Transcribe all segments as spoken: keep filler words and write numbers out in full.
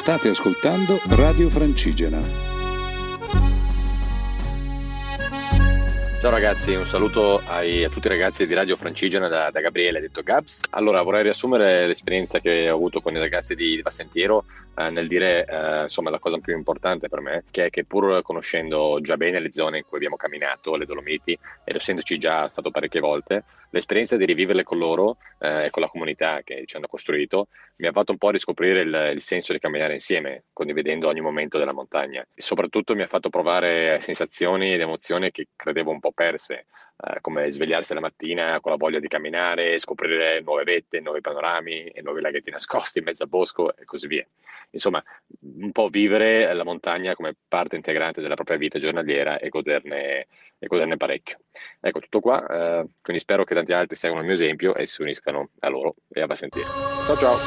State ascoltando Radio Francigena. Ciao ragazzi, un saluto ai, a tutti i ragazzi di Radio Francigena da, da Gabriele, detto Gabs. Allora, vorrei riassumere l'esperienza che ho avuto con i ragazzi di, di Bassentiero eh, nel dire eh, insomma la cosa più importante per me, che è che pur conoscendo già bene le zone in cui abbiamo camminato, le Dolomiti, ed essendoci già stato parecchie volte, l'esperienza di riviverle con loro eh, e con la comunità che ci hanno costruito mi ha fatto un po' riscoprire il, il senso di camminare insieme, condividendo ogni momento della montagna. E soprattutto mi ha fatto provare sensazioni ed emozioni che credevo un po' perse, eh, come svegliarsi la mattina con la voglia di camminare, scoprire nuove vette, nuovi panorami e nuovi laghetti nascosti in mezzo al bosco e così via. Insomma, un po' vivere la montagna come parte integrante della propria vita giornaliera e goderne, e goderne parecchio. Ecco, tutto qua, eh, quindi spero che tanti altri seguano il mio esempio e si uniscano a loro e a Bassentiero. Ciao ciao!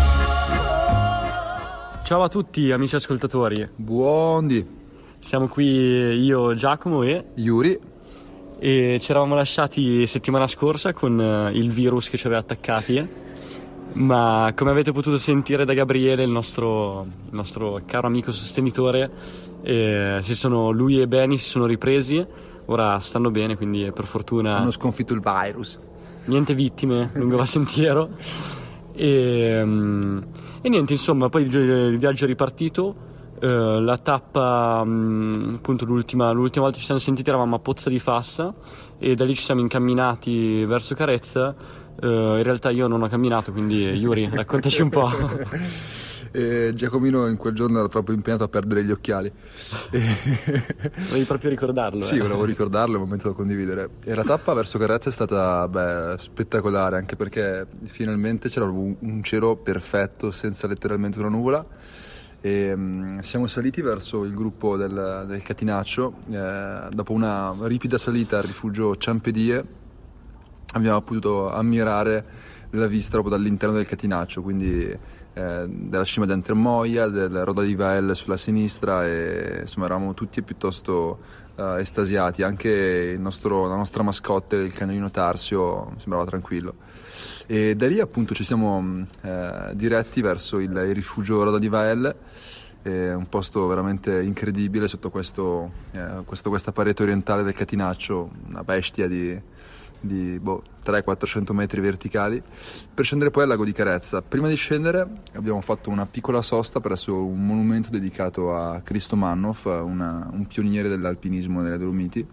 Ciao a tutti amici ascoltatori. Buondì. Siamo qui io, Giacomo e Yuri. E ci eravamo lasciati settimana scorsa con il virus che ci aveva attaccati, ma come avete potuto sentire da Gabriele, il nostro, il nostro caro amico sostenitore, eh, si sono, lui e Benny si sono ripresi, ora stanno bene, quindi per fortuna hanno sconfitto il virus. Niente vittime lungo Bassentiero. E, e niente, insomma, poi il viaggio è ripartito. Uh, la tappa, um, appunto l'ultima, l'ultima volta ci siamo sentiti eravamo a Pozza di Fassa e da lì ci siamo incamminati verso Carezza. Uh, in realtà io non ho camminato, quindi Yuri, raccontaci un po'. E Giacomino in quel giorno era troppo impegnato a perdere gli occhiali. Volevi proprio ricordarlo? Sì, eh? volevo ricordarlo, è un momento da condividere. E la tappa verso Carezza è stata beh, spettacolare, anche perché finalmente c'era un cielo perfetto, senza letteralmente una nuvola. E, um, siamo saliti verso il gruppo del, del Catinaccio. Eh, dopo una ripida salita al rifugio Ciampedie abbiamo potuto ammirare la vista proprio dall'interno del Catinaccio, quindi eh, della cima di Antermoia, del Roda di Vael sulla sinistra, e insomma eravamo tutti piuttosto uh, estasiati. Anche il nostro, la nostra mascotte, il cagnolino Tarsio, sembrava tranquillo. E da lì appunto ci siamo eh, diretti verso il, il rifugio Roda di Vael, eh, un posto veramente incredibile sotto questo, eh, questo, questa parete orientale del Catinaccio, una bestia di, di boh, trecento quattrocento metri verticali, per scendere poi al lago di Carezza. Prima di scendere abbiamo fatto una piccola sosta presso un monumento dedicato a Kristo Mannov, una, un pioniere dell'alpinismo nelle Dolomiti.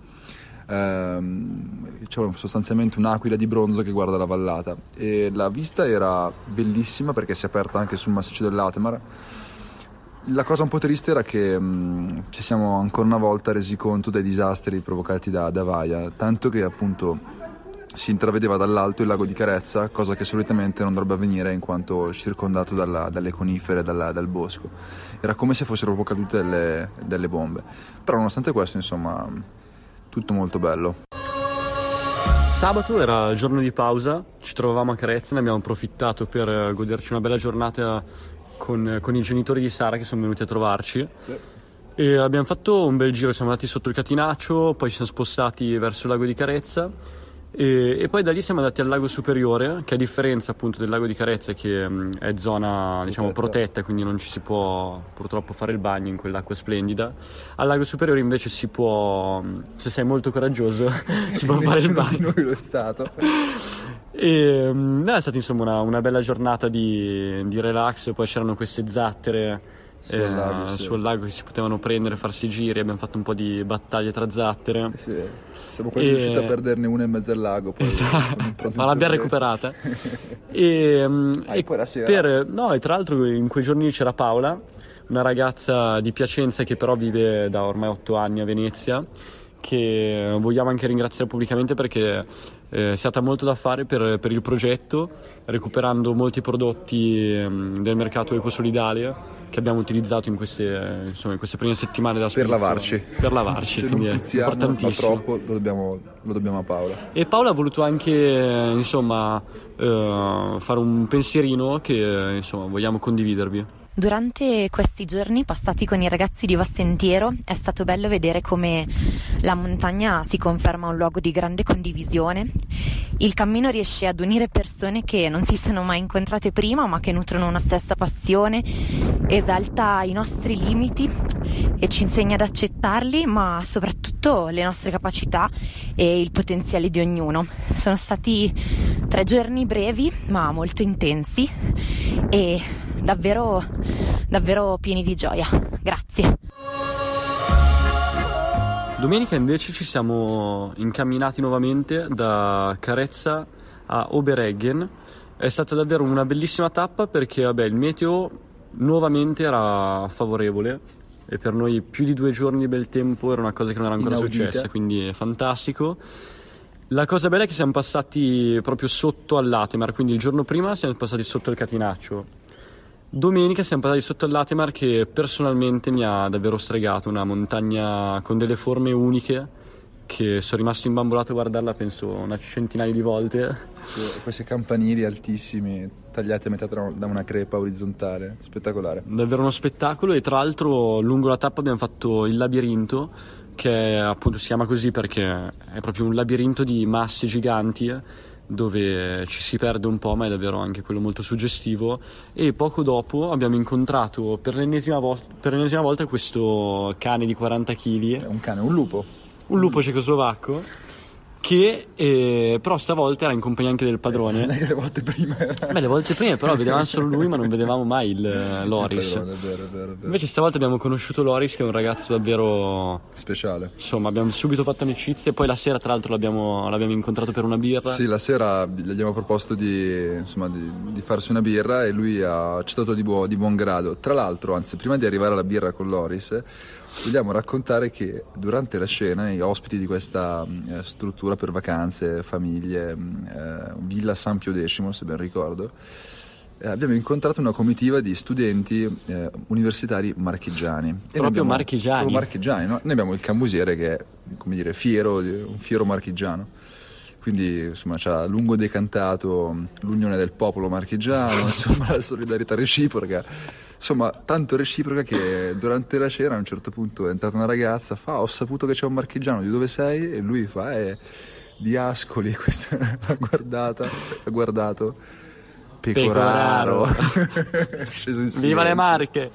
Ehm, c'è sostanzialmente un'aquila di bronzo che guarda la vallata e la vista era bellissima perché si è aperta anche sul massiccio dell'Atemar. La cosa un po' triste era che mh, ci siamo ancora una volta resi conto dei disastri provocati da, da Vaia, tanto che appunto si intravedeva dall'alto il lago di Carezza, cosa che solitamente non dovrebbe avvenire in quanto circondato dalla, dalle conifere, dalla, dal bosco. Era come se fossero proprio cadute delle, delle bombe. Però nonostante questo, insomma, tutto molto bello. Sabato era il giorno di pausa, ci trovavamo a Carezza, ne abbiamo approfittato per goderci una bella giornata con, con i genitori di Sara che sono venuti a trovarci. Sì. E abbiamo fatto un bel giro, siamo andati sotto il Catinaccio, poi ci siamo spostati verso il lago di Carezza e, e poi da lì siamo andati al lago superiore, che a differenza appunto del lago di Carezza, che mh, è zona diciamo protetta, quindi non ci si può purtroppo fare il bagno in quell'acqua splendida. Al lago superiore invece si può, se sei molto coraggioso, si può fare il bagno. Di noi lo è stato. E mh, è stata insomma una, una bella giornata di, di relax. Poi c'erano queste zattere sul, eh, lago, sì. sul lago che si potevano prendere, farsi giri. Abbiamo fatto un po' di battaglie tra zattere. Sì, siamo quasi e... riusciti a perderne una in mezzo al lago. Poi esatto, ma l'abbiamo recuperata. e, ah, e poi la sera? Per, no, e tra l'altro in quei giorni c'era Paola, una ragazza di Piacenza che però vive da ormai otto anni a Venezia, che vogliamo anche ringraziare pubblicamente perché eh, è stata molto da fare per, per il progetto, recuperando molti prodotti eh, del mercato ecosolidale che abbiamo utilizzato in queste, insomma, in queste prime settimane della per lavarci per lavarci se quindi non puzziamo, è importantissimo. Ma troppo lo dobbiamo, lo dobbiamo a Paola. E Paola ha voluto anche insomma eh, fare un pensierino che insomma vogliamo condividervi. Durante questi giorni passati con i ragazzi di Bassentiero è stato bello vedere come la montagna si conferma un luogo di grande condivisione Il cammino riesce ad unire persone che non si sono mai incontrate prima, ma che nutrono una stessa passione, esalta i nostri limiti e ci insegna ad accettarli, ma soprattutto le nostre capacità e il potenziale di ognuno. Sono stati tre giorni brevi, ma molto intensi e davvero, davvero pieni di gioia. Grazie. Domenica invece ci siamo incamminati nuovamente da Carezza a Obereggen. È stata davvero una bellissima tappa perché vabbè, il meteo nuovamente era favorevole e per noi più di due giorni di bel tempo era una cosa che non era ancora Inaudita. successa, quindi è fantastico. La cosa bella è che siamo passati proprio sotto al Latemar, quindi il giorno prima siamo passati sotto il Catinaccio. Domenica siamo passati sotto il Latemar, che personalmente mi ha davvero stregato, una montagna con delle forme uniche che sono rimasto imbambolato a guardarla penso una centinaia di volte. E questi campanili altissimi tagliati a metà da una crepa orizzontale, spettacolare. Davvero uno spettacolo. E tra l'altro lungo la tappa abbiamo fatto il labirinto, che appunto si chiama così perché è proprio un labirinto di masse giganti dove ci si perde un po', ma è davvero anche quello molto suggestivo. E poco dopo abbiamo incontrato per l'ennesima, vo- per l'ennesima volta questo cane di quaranta chili, È un cane, un lupo. un lupo cecoslovacco, che eh, però stavolta era in compagnia anche del padrone. Non è che le volte prima era... Beh, le volte prime però vedevamo solo lui, ma non vedevamo mai il eh, Loris. È vero, è vero, è vero, è vero. Invece stavolta abbiamo conosciuto Loris, che è un ragazzo davvero... Speciale. Insomma, abbiamo subito fatto amicizia e poi la sera tra l'altro l'abbiamo, l'abbiamo incontrato per una birra. Sì, la sera gli abbiamo proposto di, insomma, di, di farsi una birra e lui ha accettato di, buo, di buon grado. Tra l'altro, anzi, prima di arrivare alla birra con Loris, vogliamo raccontare che durante la cena gli ospiti di questa eh, struttura per vacanze, famiglie, eh, Villa San Pio X, se ben ricordo, eh, abbiamo incontrato una comitiva di studenti eh, universitari marchigiani. E noi Proprio abbiamo- marchigiani? proprio marchigiani, no? Noi abbiamo il cambusiere che è, come dire, fiero, un fiero marchigiano. Quindi insomma ci ha a lungo decantato l'unione del popolo marchigiano, insomma la solidarietà reciproca, insomma tanto reciproca che durante la cena a un certo punto è entrata una ragazza, fa ho saputo che c'è un marchigiano, di dove sei? E lui fa è di Ascoli, questa l'ha guardata, ha guardato, Pecoraro, è sceso in silenzio. Viva le Marche!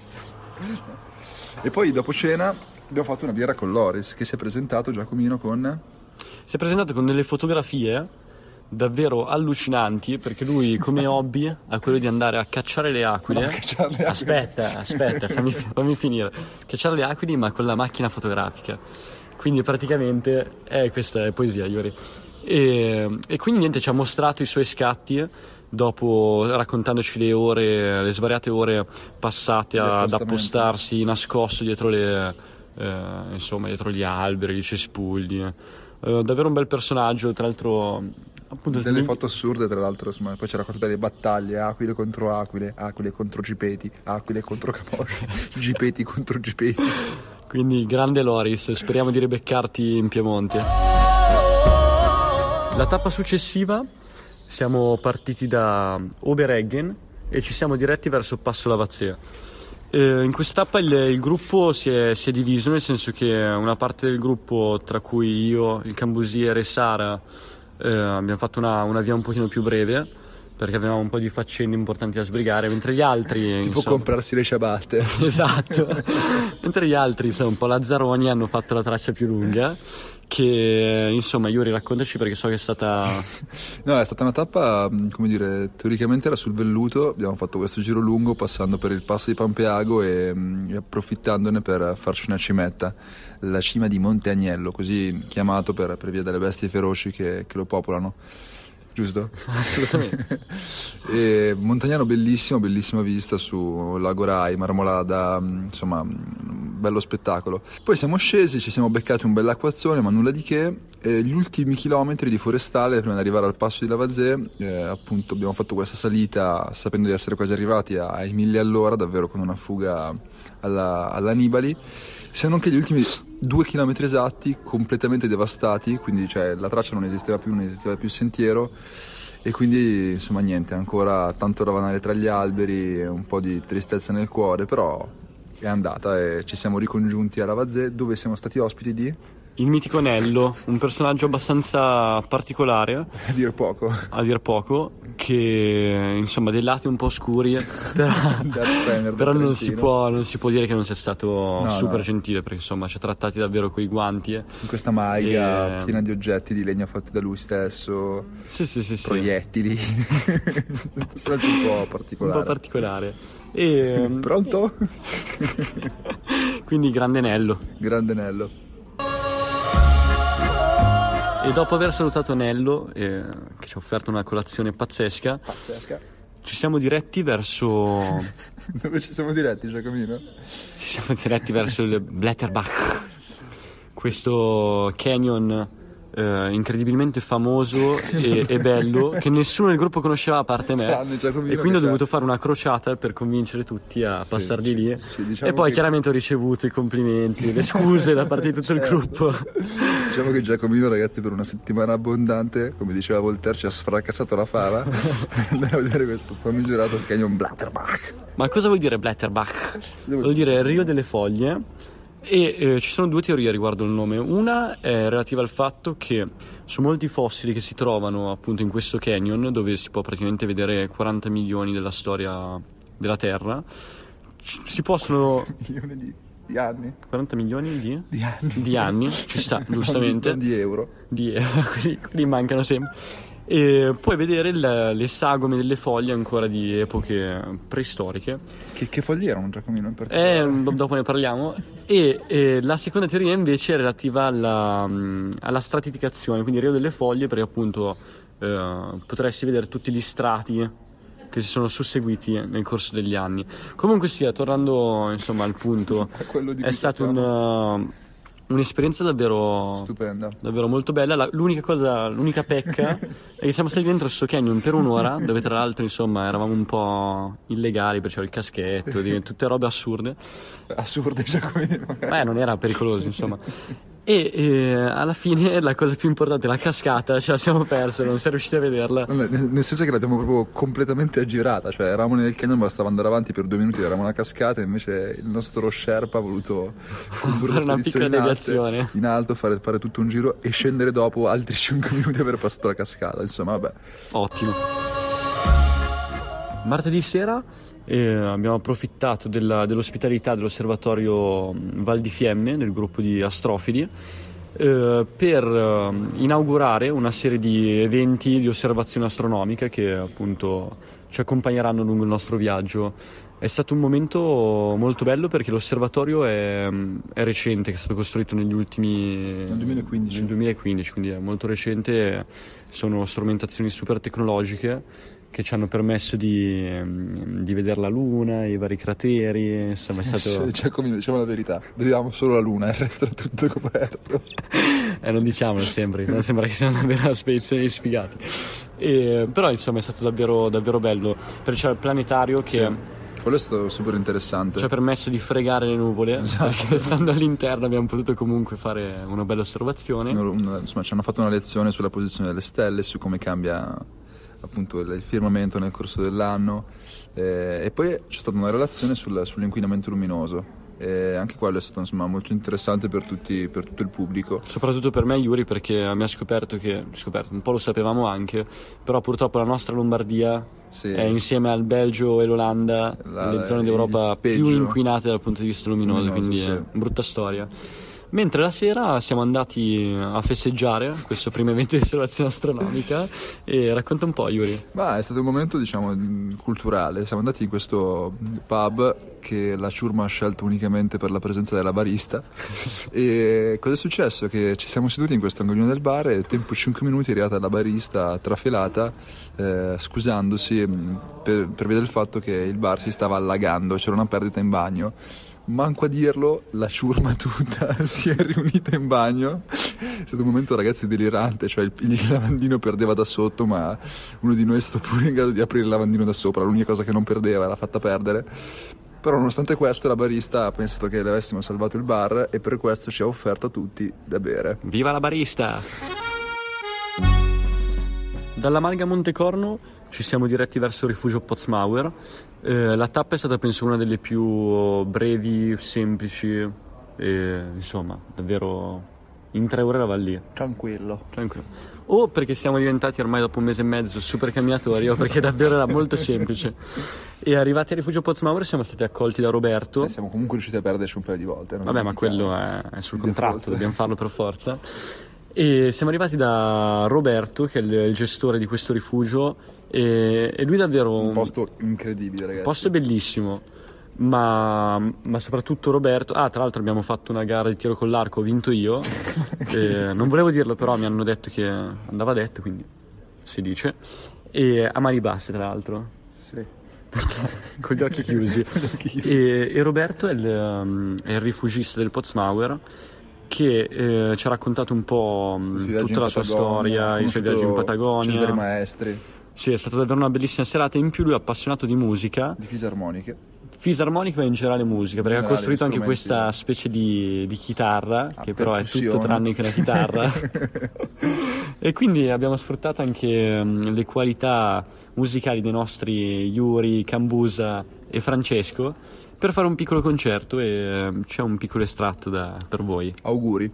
E poi dopo cena abbiamo fatto una birra con Loris che si è presentato Giacomino con... Si è presentato con delle fotografie davvero allucinanti, perché lui come hobby ha quello di andare a cacciare le aquile. No, cacciare le aquile. Aspetta, aspetta, fammi, fammi finire. Cacciare le aquili ma con la macchina fotografica. Quindi praticamente è questa è poesia, Iori. E, e quindi niente, ci ha mostrato i suoi scatti dopo, raccontandoci le ore, le svariate ore passate a- ad appostarsi nascosto dietro le eh, insomma dietro gli alberi, i cespugli. Eh, davvero un bel personaggio, tra l'altro appunto Delle mi- foto assurde, tra l'altro, insomma, poi c'era raccontato delle battaglie, aquile contro aquile, aquile contro gipeti, aquile contro camosci, gipeti contro gipeti. Quindi grande Loris, speriamo di ribeccarti in Piemonte. La tappa successiva siamo partiti da Obereggen e ci siamo diretti verso Passo Lavazzea. Eh, in questa tappa il, il gruppo si è, si è diviso, nel senso che una parte del gruppo, tra cui io, il cambusiere e Sara, eh, abbiamo fatto una, una via un pochino più breve perché avevamo un po' di faccende importanti da sbrigare, mentre gli altri Tipo insomma, comprarsi le ciabatte. esatto, mentre gli altri insomma un po' lazzaroni hanno fatto la traccia più lunga, che insomma Iuri raccontaci perché so che è stata No, è stata una tappa, come dire, teoricamente era sul velluto, abbiamo fatto questo giro lungo passando per il passo di Pampeago e, e approfittandone per farci una cimetta, la cima di Monte Agnello, così chiamato per, per via delle bestie feroci che, che lo popolano. Giusto? assolutamente. E Montagnano bellissimo, bellissima vista su Lago Rai, Marmolada, insomma bello spettacolo. Poi siamo scesi, ci siamo beccati un bell'acquazzone, ma nulla di che. E gli ultimi chilometri di forestale prima di arrivare al passo di Lavazzea, eh, appunto abbiamo fatto questa salita sapendo di essere quasi arrivati ai mille all'ora, davvero con una fuga alla, alla Nibali, se non che gli ultimi due chilometri esatti completamente devastati, quindi cioè, la traccia non esisteva più, non esisteva più il sentiero e quindi insomma niente, ancora tanto ravanare tra gli alberi, un po' di tristezza nel cuore, però è andata e ci siamo ricongiunti a Lavazzea, dove siamo stati ospiti di... il mitico Nello, un personaggio abbastanza particolare, A dir poco. a dir poco, che insomma dei lati un po' oscuri, però, Premier però del non, si Trentino. può, non si può dire che non sia stato No, super no. gentile, perché insomma ci ha trattati davvero coi guanti. eh. In questa maiga E- piena di oggetti di legno fatti da lui stesso, Sì, sì, sì, sì. proiettili. Un personaggio un po' Un particolare. po' particolare. E, Pronto? quindi grande Nello. Grande Nello. E dopo aver salutato Nello, eh, che ci ha offerto una colazione pazzesca, Pazzesca. ci siamo diretti verso Dove ci siamo diretti, Giacomino? ci siamo diretti verso il Blätterbach, questo canyon eh, incredibilmente famoso e, e bello che nessuno del gruppo conosceva a parte me, Tranne Giacomino, e quindi ho che dovuto c'è. fare una crociata per convincere tutti a Sì. passare di lì. Sì, diciamo E poi che- chiaramente ho ricevuto i complimenti, le scuse da parte di tutto il Certo. gruppo. Diciamo che Giacomino, ragazzi, per una settimana abbondante, come diceva Voltaire, ci ha sfracassato la fava per andare a vedere questo famigerato canyon Blätterbach. Ma cosa vuol dire Blätterbach? Devo Vuol dire Rio delle Foglie, e eh, ci sono due teorie riguardo il nome. Una è relativa al fatto che su molti fossili che si trovano appunto in questo canyon, dove si può praticamente vedere quaranta milioni della storia della Terra, ci- si possono... Milioni di, di anni. quaranta milioni di... Di anni. Di anni, ci sta, Non giustamente. di, non di euro. di quelli, quelli mancano sempre. E puoi vedere il- le sagome delle foglie ancora di epoche preistoriche. Che, che fogli erano, Giacomino, in particolare? Eh, do- dopo ne parliamo. E, e la seconda teoria invece è relativa alla, mh, alla stratificazione, quindi il Rio delle Foglie, perché appunto eh, potresti vedere tutti gli strati che si sono susseguiti nel corso degli anni. Comunque sia, tornando insomma al punto, A quello di è cui stata parliamo. un, uh, un'esperienza davvero Stupenda. davvero molto bella. La- l'unica cosa, l'unica pecca è che siamo stati dentro sto canyon per un'ora, dove tra l'altro insomma eravamo un po' illegali, perché c'era il caschetto, di- tutte robe assurde. Assurde, Giacomino. Beh, non era pericoloso, insomma. E eh, alla fine la cosa più importante, la cascata, ce la siamo persa, non si è riusciti a vederla. Nel, nel senso che l'abbiamo proprio completamente aggirata, cioè eravamo nel canyon, bastava andare avanti per due minuti, eravamo una cascata, e invece il nostro Sherpa ha voluto condurre Fare una l'espedizione piccola in alto, deviazione. in alto, fare, fare tutto un giro e scendere dopo altri cinque minuti di aver passato la cascata. Insomma, vabbè. Ottimo. Martedì sera eh, abbiamo approfittato della- dell'ospitalità dell'osservatorio mh, Val di Fiemme, del gruppo di astrofili, eh, per eh, inaugurare una serie di eventi di osservazione astronomica che appunto ci accompagneranno lungo il nostro viaggio. È stato un momento molto bello perché l'osservatorio è, è recente, che è stato costruito negli ultimi... Nel duemilaquindici. nel duemilaquindici, quindi è molto recente. Sono strumentazioni super tecnologiche che ci hanno permesso di, di vedere la Luna, i vari crateri, insomma è stato... Giacomino, diciamo la verità, vedevamo solo la luna, il resto era tutto coperto. eh, non diciamolo sempre, sennò sembra che sia una vera spedizione di sfigati. E, però insomma è stato davvero, davvero bello, perché c'era il planetario che... Sì. Quello è stato super interessante. ci ha permesso di fregare le nuvole, Esatto. perché stando all'interno abbiamo potuto comunque fare una bella osservazione. Una- una- insomma, ci hanno fatto una lezione sulla posizione delle stelle, su come cambia appunto il il firmamento nel corso dell'anno, eh, e poi c'è stata una relazione sul- sull'inquinamento luminoso. E anche quello è stato insomma molto interessante per tutti, per tutto il pubblico. Soprattutto per me, Yuri, perché mi ha scoperto che, scoperto, un po' lo sapevamo anche, però purtroppo la nostra Lombardia Sì. è insieme al Belgio e l'Olanda La- le zone il d'Europa più peggio. inquinate dal punto di vista luminoso, Luminoso, quindi sì. è brutta storia. Mentre la sera siamo andati a festeggiare questo primo evento di osservazione astronomica. E racconta un po', Yuri. Ma è stato un momento, diciamo, mh, culturale. Siamo andati in questo pub che la ciurma ha scelto unicamente per la presenza della barista. E cosa è successo? Che ci siamo seduti in questo angolino del bar e tempo cinque minuti è arrivata la barista trafelata, eh, scusandosi mh, per, per via del fatto che il bar si stava allagando, c'era una perdita in bagno. Manco a dirlo, la ciurma tutta si è riunita in bagno. È stato un momento, ragazzi, delirante, cioè il, il lavandino perdeva da sotto, ma uno di noi è stato pure in grado di aprire il lavandino da sopra. L'unica cosa che non perdeva l'ha fatta perdere. Però nonostante questo la barista ha pensato che le avessimo salvato il bar e per questo ci ha offerto a tutti da bere. Viva la barista! Dalla Malga Montecorno ci siamo diretti verso il rifugio Potsmauer. Eh, la tappa è stata penso una delle più brevi, semplici e insomma davvero in tre ore eravamo lì. Tranquillo. Tranquillo. O perché siamo diventati ormai dopo un mese e mezzo super camminatori, o perché davvero era molto semplice. E arrivati a Rifugio Potsmauer siamo stati accolti da Roberto. E siamo comunque riusciti a perderci un paio di volte. Vabbè, ma quello è, è sul contratto, default. Dobbiamo farlo per forza. E siamo arrivati da Roberto, che è il, il gestore di questo rifugio, e, e lui davvero... Un posto incredibile, ragazzi. Un posto bellissimo. Ma, ma soprattutto Roberto. Ah, tra l'altro abbiamo fatto una gara di tiro con l'arco, ho vinto io. E non volevo dirlo, però mi hanno detto che andava detto, quindi si dice. E a mani basse, tra l'altro. Sì. Con gli occhi chiusi. Con gli occhi chiusi. E, e Roberto è il, um, è il rifugista del Potsmauer, che eh, ci ha raccontato un po' tutta la sua storia, i suoi viaggi in Patagonia. Cesare Maestri. Sì, è stata davvero una bellissima serata. In più lui è appassionato di musica, di fisarmoniche. Fisarmonica, ma in generale musica, perché generale, ha costruito anche questa specie di, di chitarra, ah, che però è tutto tranne che una chitarra. E quindi abbiamo sfruttato anche um, le qualità musicali dei nostri Yuri, Cambusa e Francesco per fare un piccolo concerto, e um, c'è un piccolo estratto da, per voi. Auguri.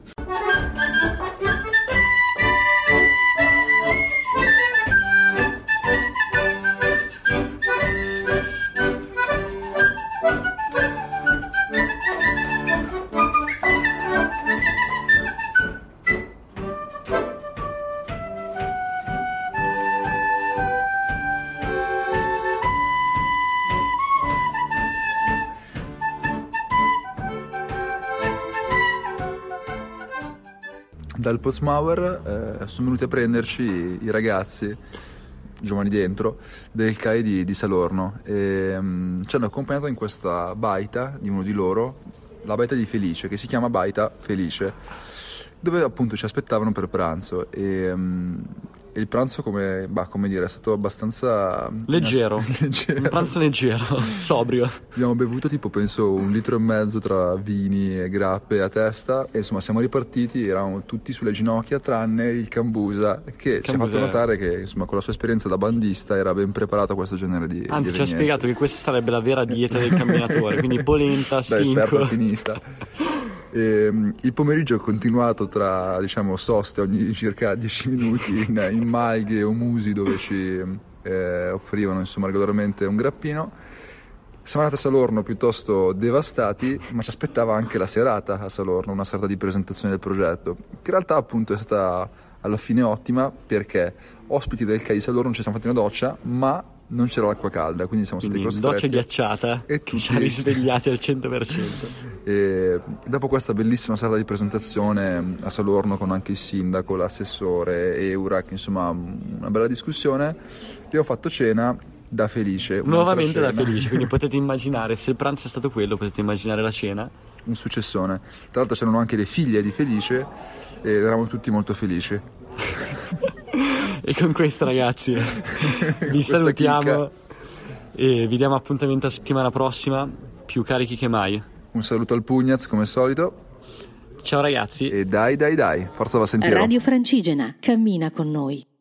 Dal Potsmauer eh, sono venuti a prenderci i, i ragazzi, giovani dentro, del C A I di, di Salorno, e um, ci hanno accompagnato in questa baita di uno di loro, la baita di Felice, che si chiama Baita Felice, dove appunto ci aspettavano per pranzo. E um, il pranzo, come, bah, come dire, è stato abbastanza leggero, leggero. Un pranzo leggero, sobrio. Abbiamo bevuto tipo penso un litro e mezzo tra vini e grappe a testa, e insomma siamo ripartiti, eravamo tutti sulle ginocchia tranne il Cambusa, che Cambusa. Ci ha fatto notare che insomma con la sua esperienza da bandista era ben preparato a questo genere di anzi di ci ha spiegato che questa sarebbe la vera dieta del camminatore, quindi polenta, stinco. Da esperto alpinista. E, il pomeriggio è continuato tra, diciamo, soste ogni circa dieci minuti in, in malghe o musi, dove ci eh, offrivano insomma regolarmente un grappino. Siamo andati a Salorno piuttosto devastati, ma ci aspettava anche la serata a Salorno, una serata di presentazione del progetto, che in realtà appunto è stata alla fine ottima, perché ospiti del C A I di Salorno ci siamo fatti una doccia, ma non c'era l'acqua calda, quindi siamo stati quindi costretti. Doccia ghiacciata, e che tutti... ci ha risvegliati al cento per cento. E dopo questa bellissima serata di presentazione a Salorno, con anche il sindaco, l'assessore, Eurac, insomma una bella discussione, abbiamo fatto cena da Felice. Nuovamente cena. da Felice, quindi potete immaginare, se il pranzo è stato quello, potete immaginare la cena. Un successone. Tra l'altro c'erano anche le figlie di Felice ed eravamo tutti molto felici. E con questo, ragazzi, vi salutiamo chicca. E vi diamo appuntamento la settimana prossima, più carichi che mai. Un saluto al Pugnaz come al solito. Ciao ragazzi. E dai dai dai, forza va a sentire. Radio Francigena, cammina con noi.